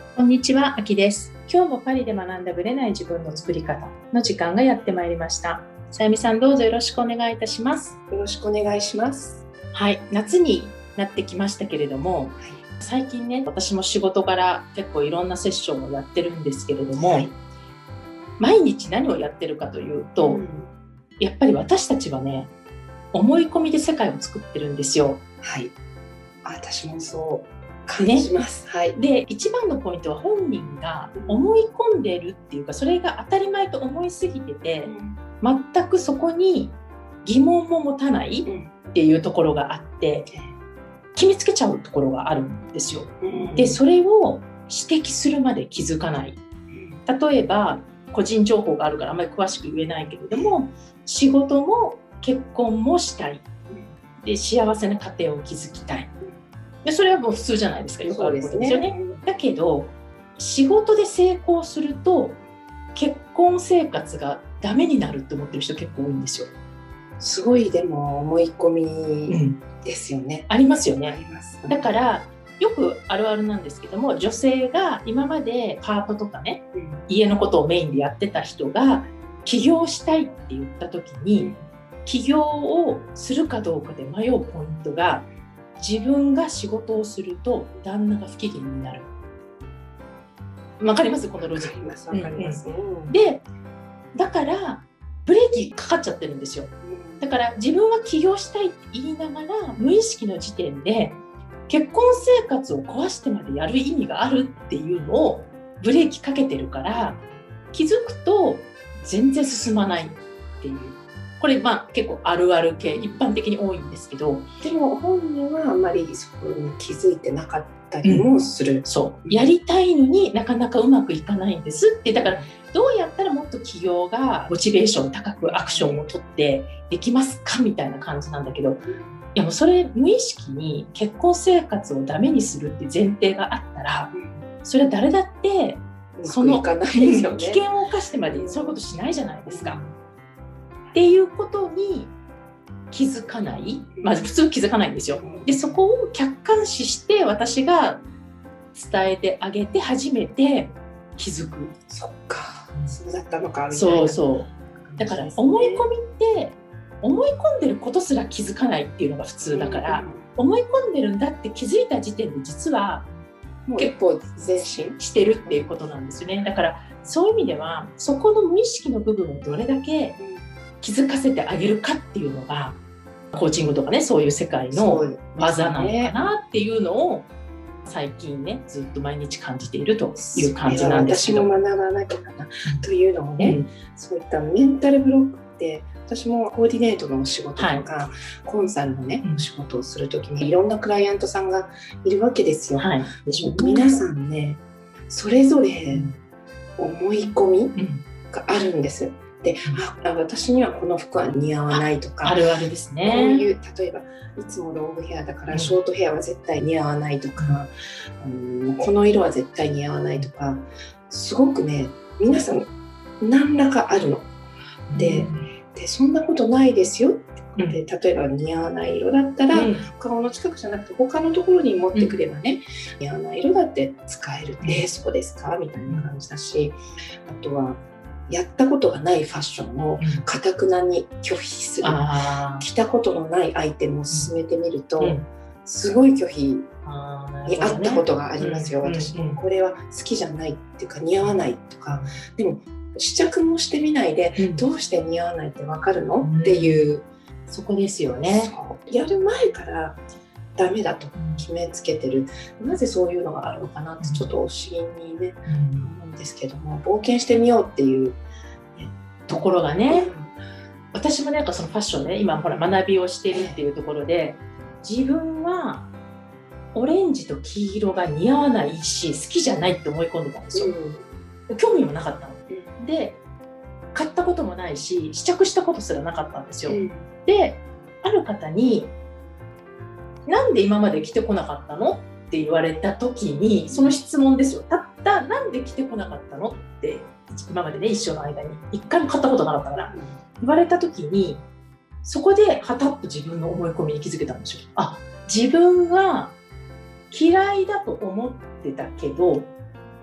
こんにちは、あきです。今日もパリで学んだブレない自分の作り方の時間がやってまいりました。さゆみさん、どうぞよろしくお願いいたします。 よろしくお願いします。 はい、夏になってきましたけれども、最近ね、私も仕事から結構いろんなセッションをやってるんですけれども、毎日何をやってるかというと、やっぱり私たちはね、思い込みで世界を作ってるんですよ。 はい。私もそう感じます。はい。 で、一番のポイントは本人が思い込んでいるっていうか、それが当たり前と思いすぎてて、全くそこに疑問も持たないっていうところがあって、決めつけちゃうところがあるんですよ。で、それを指摘するまで気づかない。例えば、個人情報があるからあまり詳しく言えないけれども、仕事も結婚もしたい。で、幸せな家庭を築きたい。で、それはもう普通じゃないですか。よくあることですよね。だけど、仕事で成功すると結婚生活がダメになるって思ってる人結構多いんですよ。 すごいでも思い込みですよね。 ありますよね。 あります。 だからよくあるあるなんですけども、女性が今までパートとかね、家のことをメインでやってた人が起業したいって言った時に、起業をするかどうかで迷うポイントが、自分が仕事をすると旦那が不機嫌になる。わかります？このロジック。 わかります。 で、だからブレーキかかっちゃってるんですよ。だから自分は起業したいって言いながら、無意識の時点で結婚生活を壊してまでやる意味があるっていうのをブレーキかけてるから、気づくと全然進まないっていう。これ結構あるある系、一般的に多いんですけど、 でも本人はあんまりそこに気づいてなかったりもする。 そうやりたいのになかなかうまくいかないんですって。だからどうやったらもっと企業がモチベーション高くアクションを取ってできますかみたいな感じなんだけど、いやもうそれ無意識に結婚生活をダメにするって前提があったら、それは誰だってその危険を冒してまでそういうことしないじゃないですか。っていうことに気づかない、普通気づかないんですよ。で、そこを客観視して私が伝えてあげて初めて気づく。 そっか、そうだったのかみたいな。 そうそう。だから思い込みって思い込んでることすら気づかないっていうのが普通だから、思い込んでるんだって気づいた時点で実はもう結構前進してるっていうことなんですよね。だからそういう意味ではそこの無意識の部分をどれだけ気づかせてあげるかっていうのがコーチングとかね、そういう世界の技なのかなっていうのを最近ね、ずっと毎日感じているという感じなんですけど、 私も学ばなきゃかなというのもね、そういったメンタルブロックって私もコーディネートのお仕事とか、コンサルのね、お仕事をするときにいろんなクライアントさんがいるわけですよ。皆さんね、それぞれ思い込みがあるんです。で、私にはこの服は似合わないとか、 あるあるですね。 こういう例えばいつもロングヘアだからショートヘアは絶対似合わないとか、この色は絶対似合わないとか、すごくね、皆さん何らかあるの。でそんなことないですよって、例えば似合わない色だったら、顔の近くじゃなくて他のところに持ってくればね、似合わない色だって使える。そうですかみたいな感じだし、あとはやったことがないファッションを頑くなに拒否する、着たことのないアイテムを勧めてみると、すごい拒否にあったことがありますよ。私これは好きじゃないっていうか似合わないとか、でも試着もしてみないで、どうして似合わないって分かるの、っていうそこですよね。 やる前からダメだと決めつけてる、なぜそういうのがあるのかなってちょっと不思議にね、思うんですけども、冒険してみようっていう、 ところがね、私もなんかそのファッションね、今ほら学びをしてるっていうところで、自分はオレンジと黄色が似合わないし好きじゃないって思い込んでたんですよ。興味もなかったの。で、買ったこともないし試着したことすらなかったんですよ。で、ある方になんで今まで着てこなかったのって言われた時に、その質問ですよ。たったなんで着てこなかったのって今までね、一生の間に一回も買ったことなかったから言われた時に、そこではたっと自分の思い込みに気づけたんですよ。自分は嫌いだと思ってたけど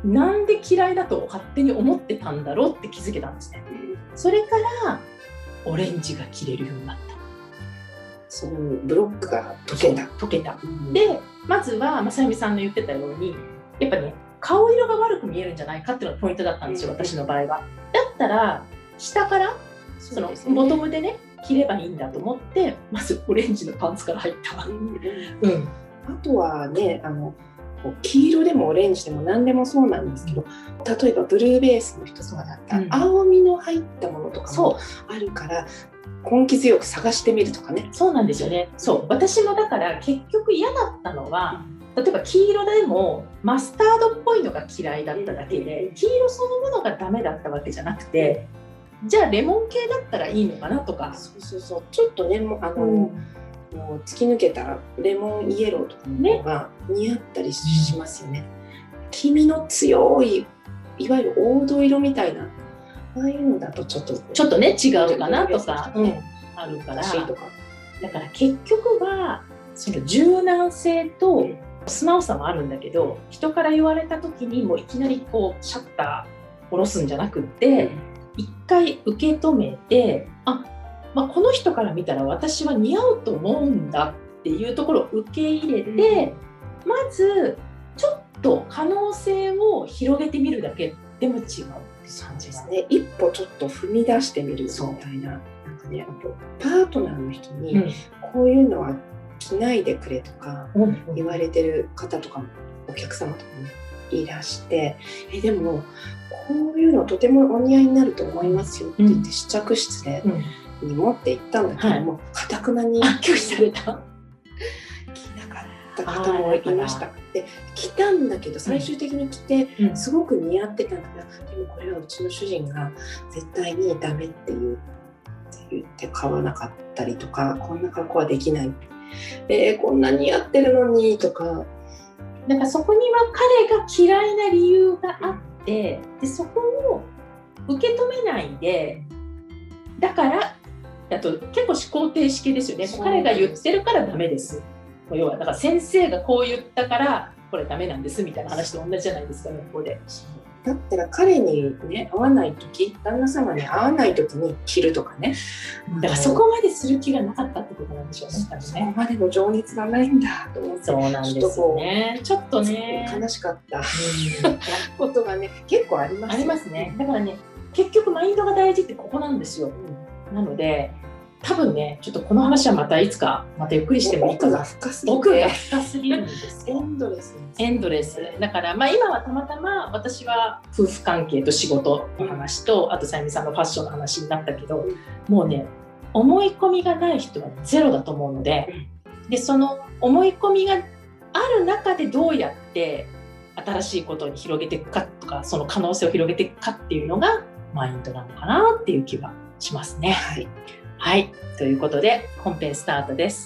なんで嫌いだと勝手に思ってたんだろうって気づけたんですね。それからオレンジが着れるようになった。 そのブロックが解けた、 でまずはまさゆみさんの言ってたようにやっぱね顔色が悪く見えるんじゃないかっていうのがポイントだったんですよ、私の場合は。だったら下からそのボトムでね着ればいいんだと思ってまずオレンジのパンツから入った、 あとはね黄色でもオレンジでも何でもそうなんですけど、例えばブルーベースの人とかだったら、青みの入ったものとかもあるから根気強く探してみるとかね。 そうなんですよね。そう私もだから結局嫌だったのは、例えば黄色でもマスタードっぽいのが嫌いだっただけで、黄色そのものがダメだったわけじゃなくて、じゃあレモン系だったらいいのかなとか。 そうちょっとね突き抜けたレモンイエローとかの方が似合ったりしますよね。黄身の強いいわゆる黄土色みたいなああいうのだとちょっとね違うかなとか、あるから。だから結局はその柔軟性と素直さもあるんだけど、人から言われた時にもういきなりこうシャッター下ろすんじゃなくって、一回受け止めてこの人から見たら私は似合うと思うんだっていうところを受け入れて、まずちょっと可能性を広げてみるだけでも違うって感じですね。一歩ちょっと踏み出してみるみたいな。なんかね、パートナーの人にこういうのは着ないでくれとか言われてる方とかもお客様とかもいらして、でもこういうのとてもお似合いになると思いますよって言って試着室でに持って行ったんだけども、かたくなに拒否された。 着なかった方もいました。で着たんだけど最終的に着てすごく似合ってたんだけど、でもこれはうちの主人が絶対にダメって言って買わなかったりとか、こんな格好はできない、こんなに似合ってるのにとか。 なんかそこには彼が嫌いな理由があって、でそこを受け止めないで、だから結構思考停止系ですよね。彼が言ってるからダメです。要はだから先生がこう言ったからこれダメなんですみたいな話と同じじゃないですかね。ここでだったら彼にね合わない時、旦那様に合わない時に着るとかね。 だからそこまでする気がなかったってことなんでしょうね。 そこまでの情熱がないんだと思って。 そうなんですよね。ちょっとね悲しかったことがね結構あります。 ありますね。だからね結局マインドが大事ってここなんですよ。なので多分ねちょっとこの話はまたいつかまたゆっくりしてもいいかな。奥が深すぎるんですよ。エンドレスだから、今はたまたま私は夫婦関係と仕事の話と、あとさゆみさんのファッションの話になったけど、もうね思い込みがない人はゼロだと思うので、その思い込みがある中でどうやって新しいことに広げていくかとか、その可能性を広げていくかっていうのがマインドなのかなっていう気がしますね。はい、ということで本編スタートです。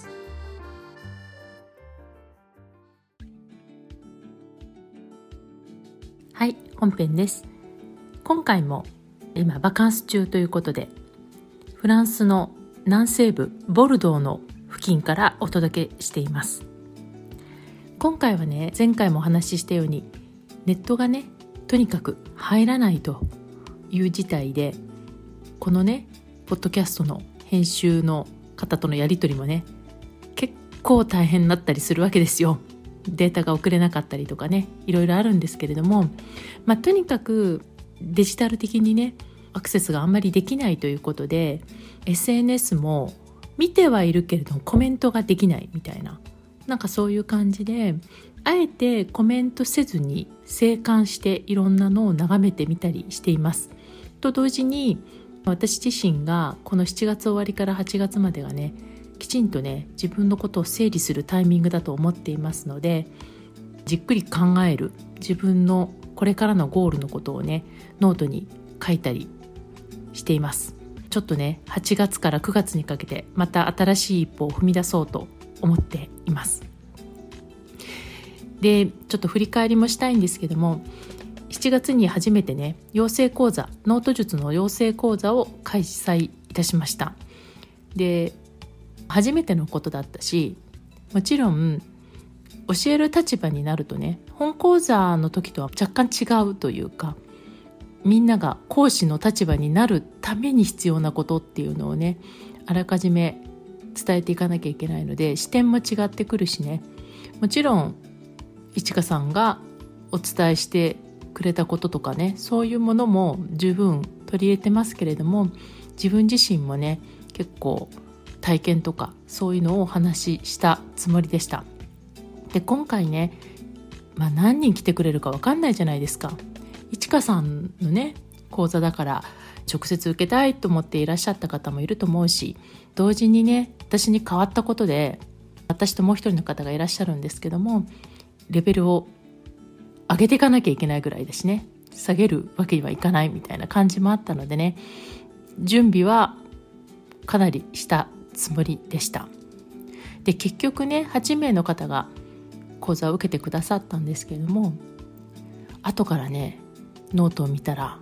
はい、本編です。今回も今バカンス中ということで、フランスの南西部ボルドーの付近からお届けしています。今回はね、前回もお話ししたようにネットがねとにかく入らないという事態で、このねポッドキャストの編集の方とのやり取りもね結構大変になったりするわけですよ。データが送れなかったりとかね、いろいろあるんですけれども、とにかくデジタル的にねアクセスがあんまりできないということで、 SNS も見てはいるけれどもコメントができないみたいな、なんかそういう感じで、あえてコメントせずに静観していろんなのを眺めてみたりしています。と同時に私自身がこの7月終わりから8月までがねきちんとね自分のことを整理するタイミングだと思っていますので、じっくり考える、自分のこれからのゴールのことをねノートに書いたりしています。ちょっとね8月から9月にかけてまた新しい一歩を踏み出そうと思っています。でちょっと振り返りもしたいんですけども、7月に初めてね養成講座、ノート術の養成講座を開催いたしました。で初めてのことだったし、もちろん教える立場になるとね、本講座の時とは若干違うというか、みんなが講師の立場になるために必要なことっていうのをね、あらかじめ伝えていかなきゃいけないので、視点も違ってくるしね、もちろんいちかさんがお伝えしてくれたこととかね、そういうものも十分取り入れてますけれども、自分自身もね、結構体験とかそういうのをお話ししたつもりでした。で、今回ね、何人来てくれるか分かんないじゃないですか。いちかさんのね、講座だから直接受けたいと思っていらっしゃった方もいると思うし、同時にね、私に変わったことで、私ともう一人の方がいらっしゃるんですけども、レベルを上げていかなきゃいけないぐらいだしね、下げるわけにはいかないみたいな感じもあったのでね、準備はかなりしたつもりでした。で、結局ね、8名の方が講座を受けてくださったんですけれども、後からね、ノートを見たら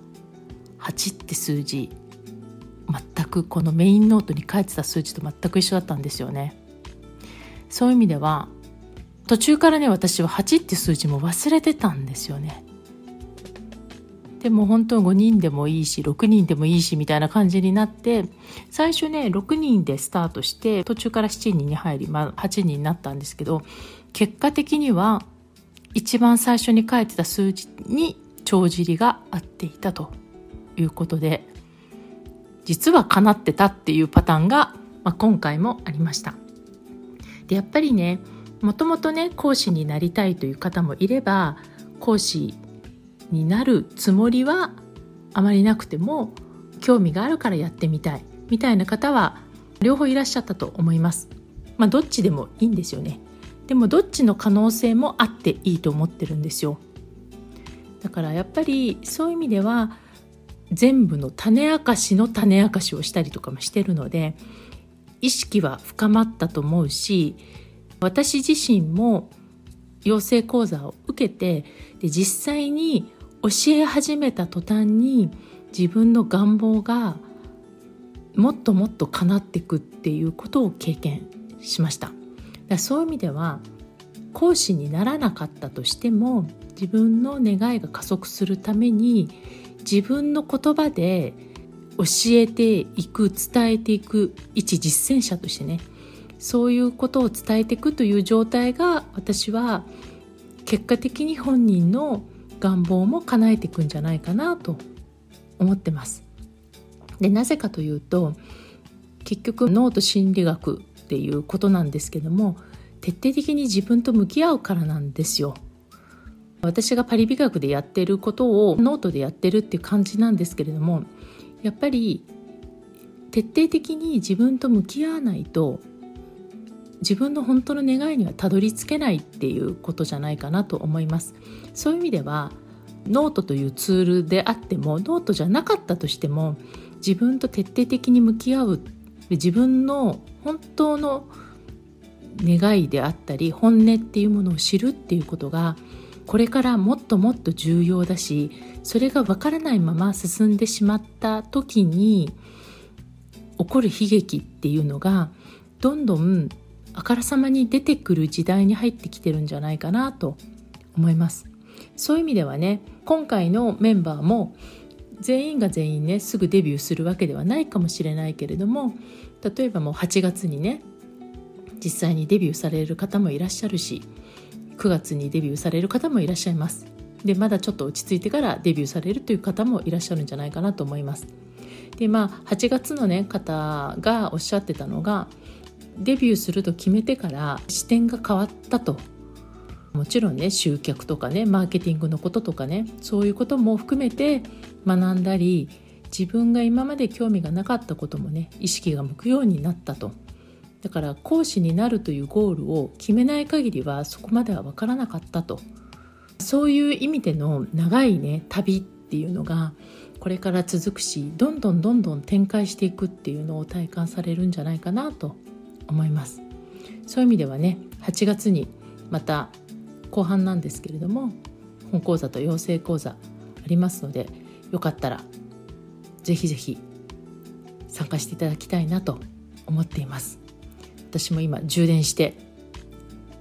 8って数字、全くこのメインノートに書いてた数字と全く一緒だったんですよね。そういう意味では途中からね、私は8って数字も忘れてたんですよね。でも本当5人でもいいし6人でもいいしみたいな感じになって、最初ね6人でスタートして、途中から7人に入り、8人になったんですけど、結果的には一番最初に書いてた数字に帳尻が合っていたということで、実は叶ってたっていうパターンが、今回もありました。で、やっぱりね、もともとね、講師になりたいという方もいれば、講師になるつもりはあまりなくても興味があるからやってみたいみたいな方は両方いらっしゃったと思います。どっちでもいいんですよね。でもどっちの可能性もあっていいと思ってるんですよ。だからやっぱりそういう意味では、全部の種明かしの種明かしをしたりとかもしてるので、意識は深まったと思うし、私自身も養成講座を受けて、で実際に教え始めた途端に自分の願望がもっともっと叶っていくっていうことを経験しました。だからそういう意味では、講師にならなかったとしても自分の願いが加速するために、自分の言葉で教えていく、伝えていく一実践者としてね、そういうことを伝えていくという状態が、私は結果的に本人の願望も叶えていくんじゃないかなと思ってます。で、なぜかというと、結局脳と心理学っていうことなんですけども、徹底的に自分と向き合うからなんですよ。私がパリ美学でやっていることをノートでやってるっていう感じなんですけれども、やっぱり徹底的に自分と向き合わないと、自分の本当の願いにはたどり着けないっていうことじゃないかなと思います。そういう意味では、ノートというツールであっても、ノートじゃなかったとしても、自分と徹底的に向き合う、自分の本当の願いであったり本音っていうものを知るっていうことが、これからもっともっと重要だし、それが分からないまま進んでしまった時に起こる悲劇っていうのが、どんどんあからさまに出てくる時代に入ってきてるんじゃないかなと思います。そういう意味ではね、今回のメンバーも全員が全員ね、すぐデビューするわけではないかもしれないけれども、例えばもう8月にね、実際にデビューされる方もいらっしゃるし、9月にデビューされる方もいらっしゃいます。で、まだちょっと落ち着いてからデビューされるという方もいらっしゃるんじゃないかなと思います。で、8月のね、方がおっしゃってたのが、デビューすると決めてから視点が変わったと。もちろんね、集客とかね、マーケティングのこととかね、そういうことも含めて学んだり、自分が今まで興味がなかったこともね、意識が向くようになったと。だから講師になるというゴールを決めない限りはそこまでは分からなかったと。そういう意味での長いね、旅っていうのがこれから続くし、どんどん展開していくっていうのを体感されるんじゃないかなと思います。そういう意味ではね、8月にまた後半なんですけれども、本講座と養成講座ありますので、よかったらぜひぜひ参加していただきたいなと思っています。私も今充電して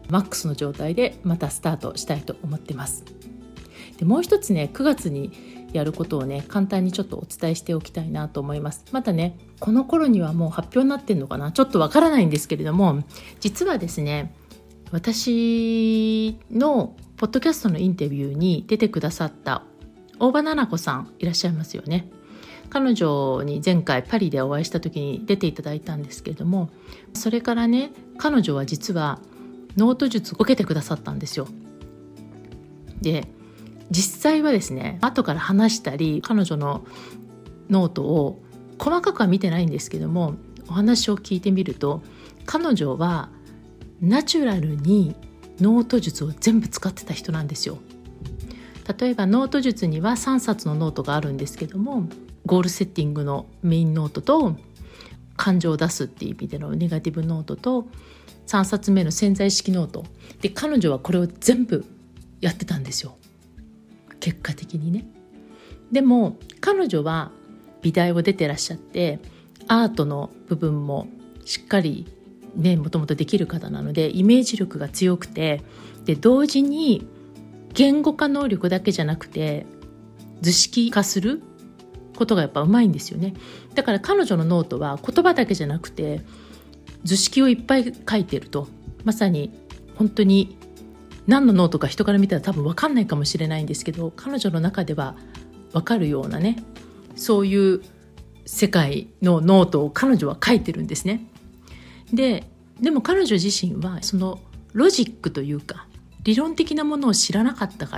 マックスの状態でまたスタートしたいと思ってます。でもう一つね、9月にやることをね、簡単にちょっとお伝えしておきたいなと思います。またね、この頃にはもう発表になってんのかな、ちょっとわからないんですけれども、実はですね、私のポッドキャストのインタビューに出てくださった大場奈々子さんいらっしゃいますよね。彼女に前回パリでお会いした時に出ていただいたんですけれども、それからね、彼女は実はノート術を受けてくださったんですよ。で、実際はですね、後から話したり彼女のノートを細かくは見てないんですけども、お話を聞いてみると、彼女はナチュラルにノート術を全部使ってた人なんですよ。例えばノート術には3冊のノートがあるんですけども、ゴールセッティングのメインノートと、感情を出すっていう意味でのネガティブノートと、3冊目の潜在意識ノートで、彼女はこれを全部やってたんですよ、結果的にね。でも彼女は美大を出てらっしゃって、アートの部分もしっかりね、もともとできる方なので、イメージ力が強くて、で同時に言語化能力だけじゃなくて図式化することがやっぱうまいんですよね。だから彼女のノートは言葉だけじゃなくて図式をいっぱい書いてると、まさに本当に何のノートか人から見たら多分分かんないかもしれないんですけど、彼女の中では分かるようなね、そういう世界のノートを彼女は書いてるんですね。でも彼女自身はそのロジックというか理論的なものを知らなかったから、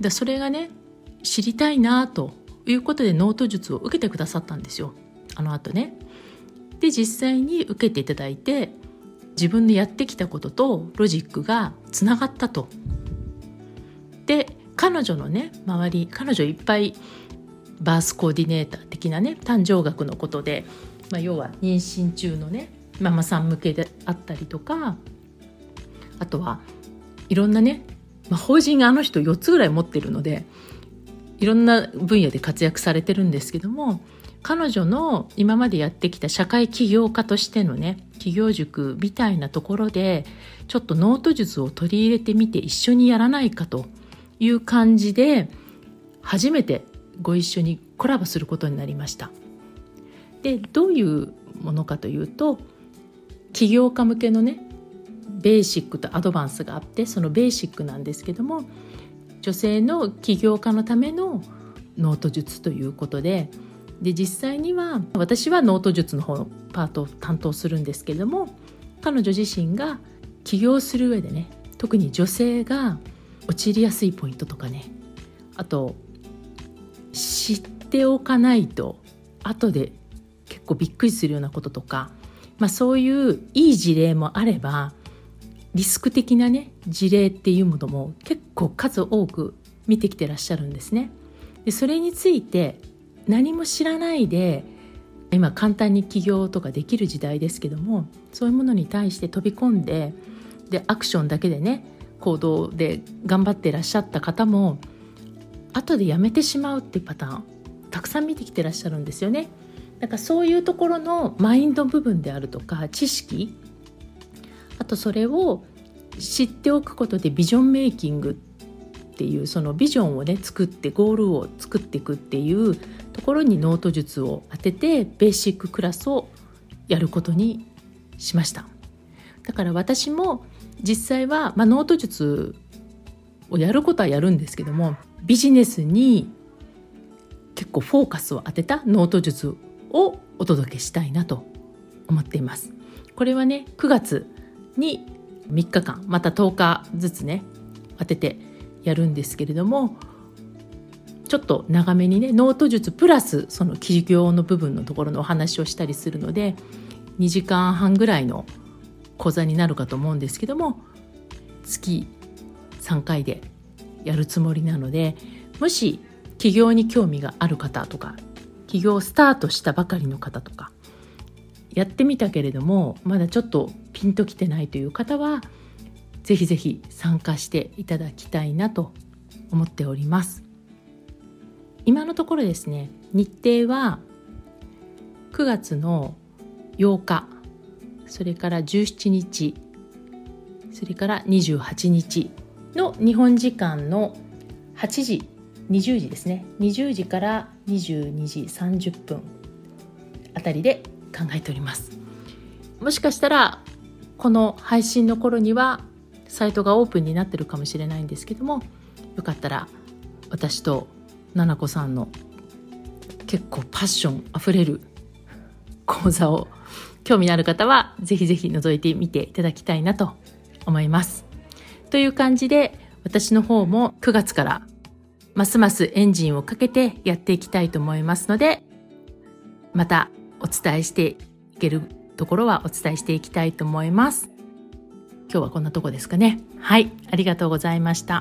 それがね、知りたいなということでノート術を受けてくださったんですよ、あの後ね。で実際に受けていただいて、自分のやってきたこととロジックがつながったと。で彼女のね、周り、彼女いっぱいバースコーディネーター的なね、誕生学のことで、要は妊娠中のねママさん向けであったりとか、あとはいろんなね、法人があの人4つぐらい持ってるので、いろんな分野で活躍されてるんですけども、彼女の今までやってきた社会起業家としてのね、起業塾みたいなところでちょっとノート術を取り入れてみて一緒にやらないかという感じで、初めてご一緒にコラボすることになりました。でどういうものかというと、起業家向けのね、ベーシックとアドバンスがあって、そのベーシックなんですけども、女性の起業家のためのノート術ということで、実際には私はノート術の方のパートを担当するんですけれども、彼女自身が起業する上でね、特に女性が陥りやすいポイントとかね、あと知っておかないと後で結構びっくりするようなこととか、そういういい事例もあれば、リスク的なね事例っていうものも結構数多く見てきてらっしゃるんですね。でそれについて何も知らないで、今簡単に起業とかできる時代ですけども、そういうものに対して飛び込んで、アクションだけでね、行動で頑張ってらっしゃった方も後でやめてしまうっていうパターンたくさん見てきてらっしゃるんですよね。だからそういうところのマインド部分であるとか知識、あとそれを知っておくことでビジョンメイキングっていう、そのビジョンをね作って、ゴールを作っていくっていうところにノート術を当てて、ベーシッククラスをやることにしました。だから私も実際は、ノート術をやることはやるんですけども、ビジネスに結構フォーカスを当てたノート術をお届けしたいなと思っています。これはね、9月に3日間また10日ずつね当ててやるんですけれども、ちょっと長めにね、ノート術プラスその起業の部分のところのお話をしたりするので、2時間半ぐらいの講座になるかと思うんですけども、月3回でやるつもりなので、もし起業に興味がある方とか、起業をスタートしたばかりの方とか、やってみたけれどもまだちょっとピンときてないという方は、ぜひぜひ参加していただきたいなと思っております。今のところですね、日程は9月の8日、それから17日、 それから28日の日本時間の8時、20時ですね。20時から22時30分あたりで考えております。もしかしたらこの配信の頃にはサイトがオープンになってるかもしれないんですけども、よかったら私とななこさんの結構パッションあふれる講座を興味のある方はぜひぜひ覗いてみていただきたいなと思います。という感じで、私の方も9月からますますエンジンをかけてやっていきたいと思いますので、またお伝えしていけるところはお伝えしていきたいと思います。今日はこんなとこですかね。はい、ありがとうございました。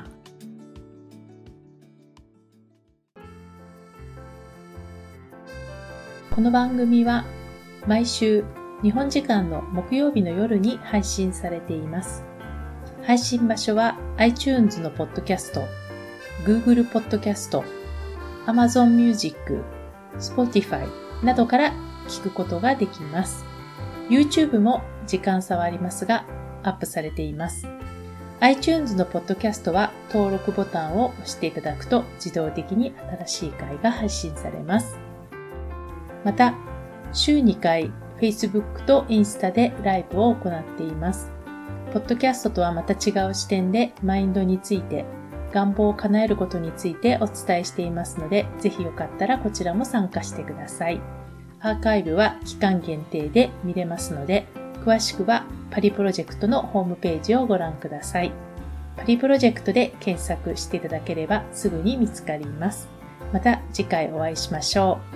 この番組は毎週日本時間の木曜日の夜に配信されています。配信場所は iTunes のポッドキャスト、Google ポッドキャスト、Amazon Music、Spotify などから聞くことができます。YouTube も時間差はありますがアップされています。iTunes のポッドキャストは登録ボタンを押していただくと自動的に新しい回が配信されます。また、週2回 Facebook とインスタでライブを行っています。ポッドキャストとはまた違う視点でマインドについて、願望を叶えることについてお伝えしていますので、ぜひよかったらこちらも参加してください。アーカイブは期間限定で見れますので、詳しくはパリプロジェクトのホームページをご覧ください。パリプロジェクトで検索していただければすぐに見つかります。また次回お会いしましょう。